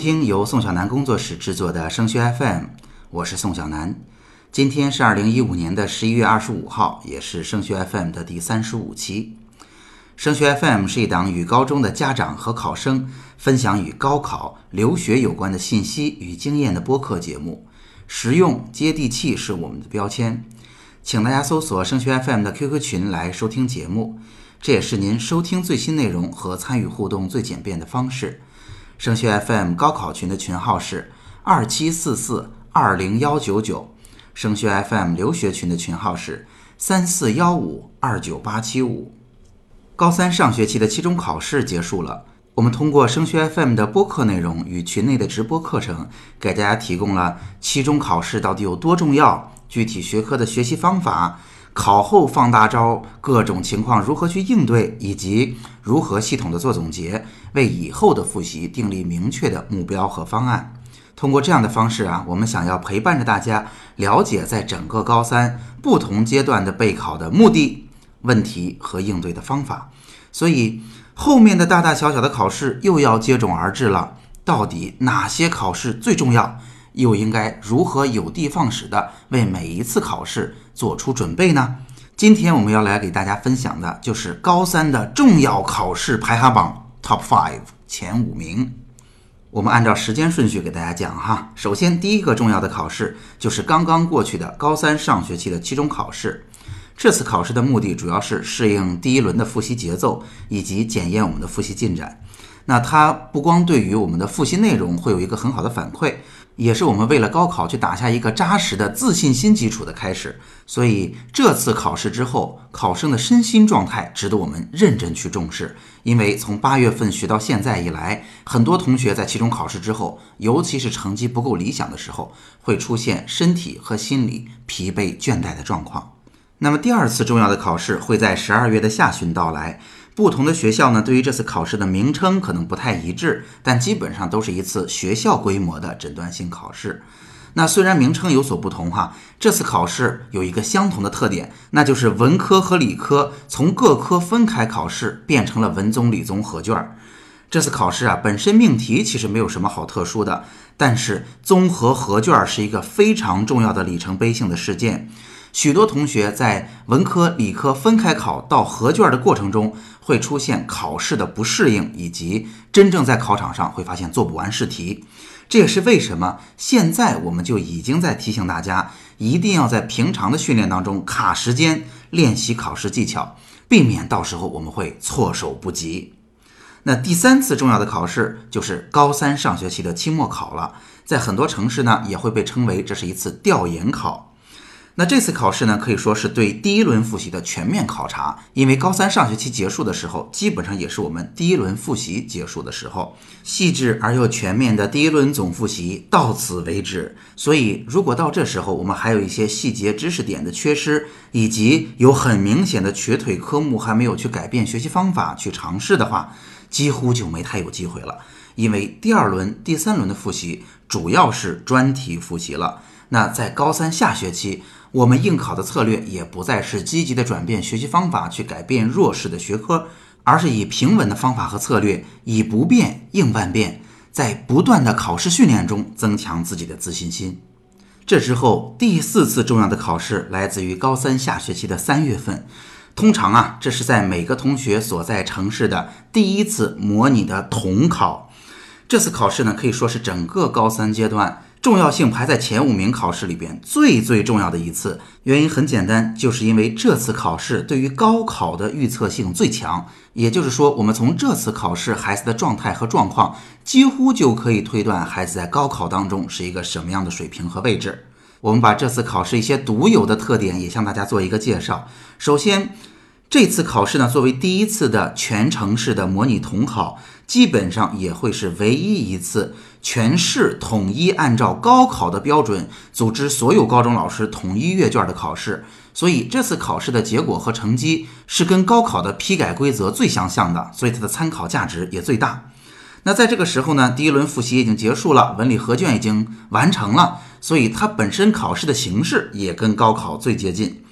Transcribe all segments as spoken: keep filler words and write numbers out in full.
听由宋小南工作室制作的升学 F M， 我是宋小南。今天是二零一五年的十一月二十五号，也是升学 F M 的第三十五期。升学 F M 是一档与高中的家长和考生分享与高考、留学有关的信息与经验的播客节目，实用接地气是我们的标签。请大家搜索升学 F M 的 Q Q 群来收听节目，这也是您收听最新内容和参与互动最简便的方式。升学 F M 高考群的群号是二七四四二零一九九，升学 F M 留学群的群号是三四一五二九八七五。高三上学期的期中考试结束了，我们通过升学 F M 的播客内容与群内的直播课程，给大家提供了期中考试到底有多重要，具体学科的学习方法，考后放大招，各种情况如何去应对，以及如何系统的做总结，为以后的复习订立明确的目标和方案。通过这样的方式啊，我们想要陪伴着大家了解在整个高三不同阶段的备考的目的、问题和应对的方法。所以后面的大大小小的考试又要接踵而至了，到底哪些考试最重要，又应该如何有的放矢的为每一次考试做出准备呢？今天我们要来给大家分享的就是高三的重要考试排行榜 Top 五 前五名。我们按照时间顺序给大家讲哈。首先第一个重要的考试就是刚刚过去的高三上学期的期中考试。这次考试的目的主要是适应第一轮的复习节奏，以及检验我们的复习进展。那它不光对于我们的复习内容会有一个很好的反馈，也是我们为了高考去打下一个扎实的自信心基础的开始。所以这次考试之后，考生的身心状态值得我们认真去重视。因为从八月份学到现在以来，很多同学在期中考试之后，尤其是成绩不够理想的时候，会出现身体和心理疲惫倦怠的状况。那么第二次重要的考试会在十二月的下旬到来。不同的学校呢，对于这次考试的名称可能不太一致，但基本上都是一次学校规模的诊断性考试。那虽然名称有所不同哈，这次考试有一个相同的特点，那就是文科和理科从各科分开考试，变成了文综理综合卷。这次考试啊，本身命题其实没有什么好特殊的，但是综合合卷是一个非常重要的里程碑性的事件。许多同学在文科理科分开考到合卷的过程中，会出现考试的不适应，以及真正在考场上会发现做不完试题。这也是为什么现在我们就已经在提醒大家，一定要在平常的训练当中卡时间练习考试技巧，避免到时候我们会措手不及。那第三次重要的考试就是高三上学期的期末考了，在很多城市呢也会被称为这是一次调研考。那这次考试呢，可以说是对第一轮复习的全面考察，因为高三上学期结束的时候，基本上也是我们第一轮复习结束的时候，细致而又全面的第一轮总复习到此为止。所以如果到这时候我们还有一些细节知识点的缺失，以及有很明显的瘸腿科目还没有去改变学习方法去尝试的话，几乎就没太有机会了。因为第二轮第三轮的复习主要是专题复习了。那在高三下学期，我们应考的策略也不再是积极的转变学习方法去改变弱势的学科，而是以平稳的方法和策略，以不变应万变，在不断的考试训练中增强自己的自信心。这之后第四次重要的考试来自于高三下学期的三月份。通常啊，这是在每个同学所在城市的第一次模拟的统考。这次考试呢，可以说是整个高三阶段重要性排在前五名考试里边最最重要的一次。原因很简单，就是因为这次考试对于高考的预测性最强，也就是说我们从这次考试孩子的状态和状况，几乎就可以推断孩子在高考当中是一个什么样的水平和位置。我们把这次考试一些独有的特点也向大家做一个介绍。首先，这次考试呢，作为第一次的全城市的模拟统考，基本上也会是唯一一次全市统一按照高考的标准组织所有高中老师统一阅卷的考试。所以这次考试的结果和成绩是跟高考的批改规则最相像的，所以它的参考价值也最大。那在这个时候呢，第一轮复习已经结束了，文理合卷已经完成了，所以它本身考试的形式也跟高考最接近。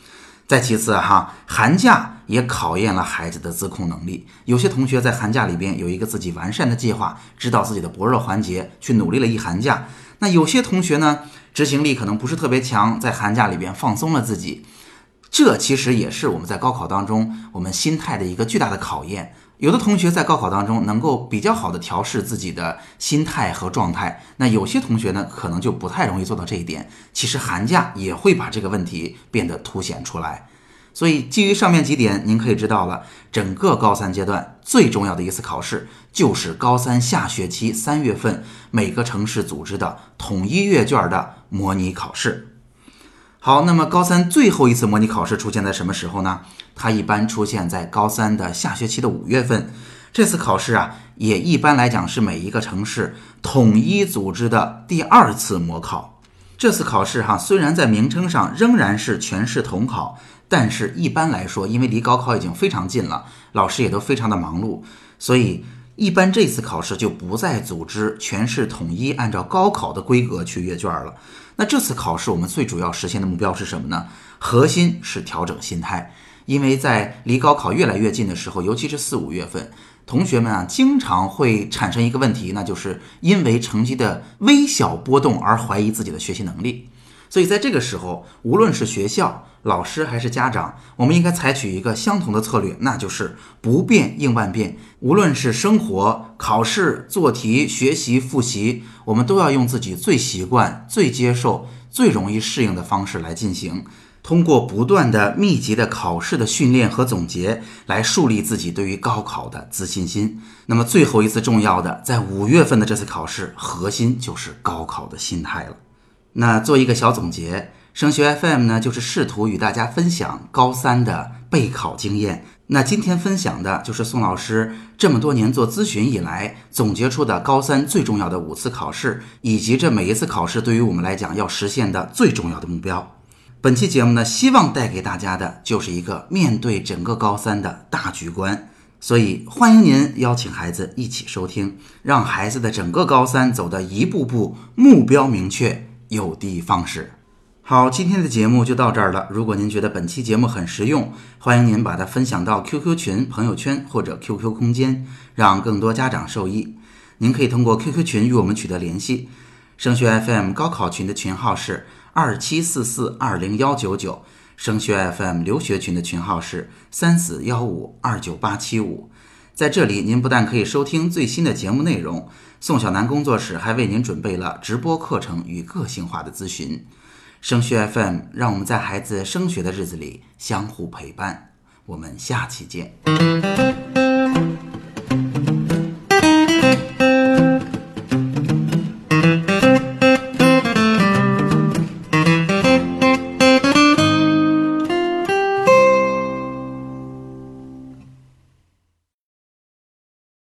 再其次哈，寒假也考验了孩子的自控能力。有些同学在寒假里边有一个自己完善的计划，知道自己的薄弱环节，去努力了一寒假。那有些同学呢，执行力可能不是特别强，在寒假里边放松了自己。这其实也是我们在高考当中我们心态的一个巨大的考验。有的同学在高考当中能够比较好的调试自己的心态和状态，那有些同学呢可能就不太容易做到这一点。其实寒假也会把这个问题变得凸显出来。所以基于上面几点，您可以知道了，整个高三阶段最重要的一次考试就是高三下学期三月份每个城市组织的统一阅卷的模拟考试。好，那么高三最后一次模拟考试出现在什么时候呢？它一般出现在高三的下学期的五月份。这次考试啊，也一般来讲是每一个城市统一组织的第二次模考。这次考试哈，虽然在名称上仍然是全市统考，但是一般来说，因为离高考已经非常近了，老师也都非常的忙碌，所以一般这次考试就不再组织全市统一按照高考的规格去阅卷了。那这次考试我们最主要实现的目标是什么呢？核心是调整心态。因为在离高考越来越近的时候，尤其是四五月份，同学们啊经常会产生一个问题，那就是因为成绩的微小波动而怀疑自己的学习能力。所以在这个时候，无论是学校、老师还是家长，我们应该采取一个相同的策略，那就是不变应万变。无论是生活、考试、做题、学习、复习，我们都要用自己最习惯、最接受、最容易适应的方式来进行。通过不断的密集的考试的训练和总结，来树立自己对于高考的自信心。那么最后一次重要的，在五月份的这次考试，核心就是高考的心态了。那做一个小总结，升学 F M 呢，就是试图与大家分享高三的备考经验。那今天分享的就是宋老师这么多年做咨询以来总结出的高三最重要的五次考试，以及这每一次考试对于我们来讲要实现的最重要的目标。本期节目呢，希望带给大家的就是一个面对整个高三的大局观。所以欢迎您邀请孩子一起收听，让孩子的整个高三走得一步步目标明确，有的放矢。好，今天的节目就到这儿了。如果您觉得本期节目很实用，欢迎您把它分享到 Q Q 群、朋友圈或者 Q Q 空间，让更多家长受益。您可以通过 Q Q 群与我们取得联系。升学 F M 高考群的群号是二七四四二零一九九，升学 F M 留学群的群号是三四一五二九八七五。在这里，您不但可以收听最新的节目内容，宋小南工作室还为您准备了直播课程与个性化的咨询。升学 F M， 让我们在孩子升学的日子里相互陪伴。我们下期见。